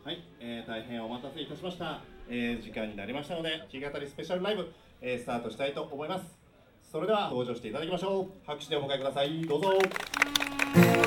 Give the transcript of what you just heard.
はい、大変お待たせいたしました、時間になりましたので弾き語りスペシャルライブ、スタートしたいと思います。それでは登場していただきましょう。拍手でお迎えください。どうぞ。